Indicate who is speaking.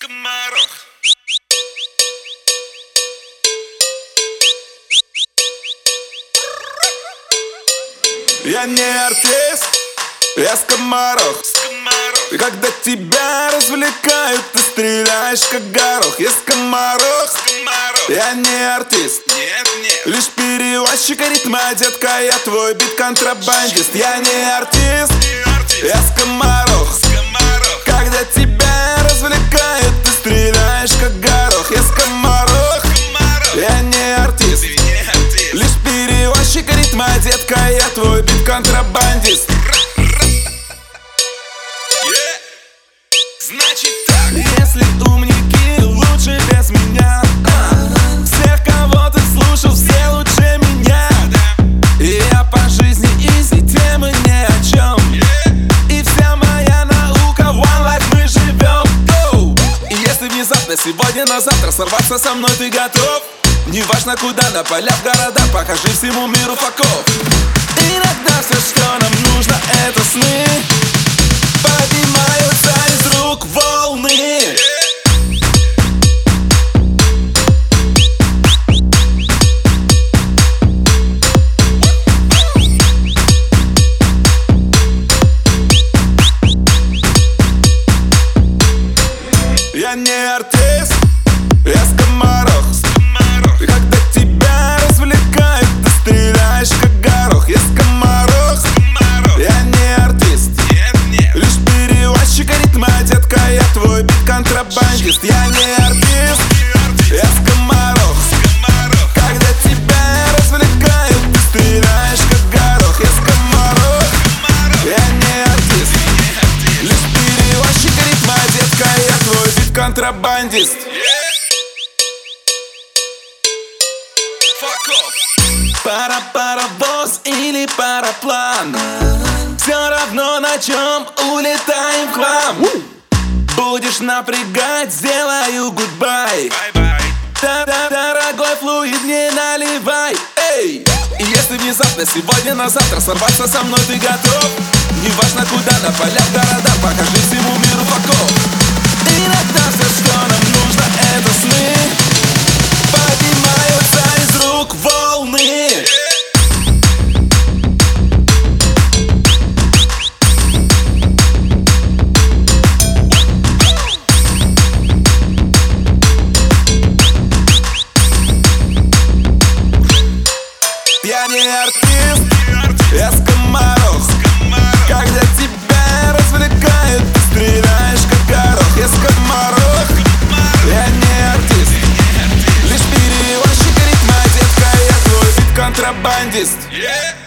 Speaker 1: Скоморох.
Speaker 2: Я не артист, я скоморох. И когда тебя развлекают, ты стреляешь как горох. Я скоморох, я не артист.
Speaker 1: Нет.
Speaker 2: Лишь перевозчик ритма, детка, я твой бит-контрабандист. Я не артист, я скоморох. Когда тебя развлекают, ты стреляешь как горох. Я скоморох, я не артист. Лишь перевозчик ритма, детка, я твой бит-контрабандист.
Speaker 1: Значит так.
Speaker 2: Если умники, лучше без меня. Всех, кого ты слушал, все лучше меня. И я по жизни изи, темы ни о чем. И вся моя наука, one life мы живем. И если внезапно сегодня на завтра сорваться со мной ты готов, неважно куда, на поля, в города, покажи всему миру факов. Иногда все, что нам нужно, это сны. Поднимаются из рук волны. Я не артист, я скоморох. И когда тебя развлекают, ты стреляешь как горох. Я скоморох, я не артист. Лишь перевозчик ритма, детка, я твой бит-контрабандист. Я не артист, я скоморох. Когда тебя развлекают, ты стреляешь как горох. Я скоморох, я не артист. Лишь перевозчик ритма, детка, я твой бит-контрабандист. Паровоз или параплан, все равно на чем улетаем в хлам. Будешь напрягать, сделаю гудбай. Дорогой флуид не наливай. Эй! И если внезапно сегодня на завтра сорваться со мной ты готов, неважно куда, на поля, в города, покажи всему миру факов. Иногда все, что нам нужно, это сны. Поднимаются из рук волны. Я не артист, я скоморох. Когда тебя развлекают, ты стреляешь как горох. Я скоморох, я не артист. Лишь перевозчик ритма, детка, я твой бит-контрабандист.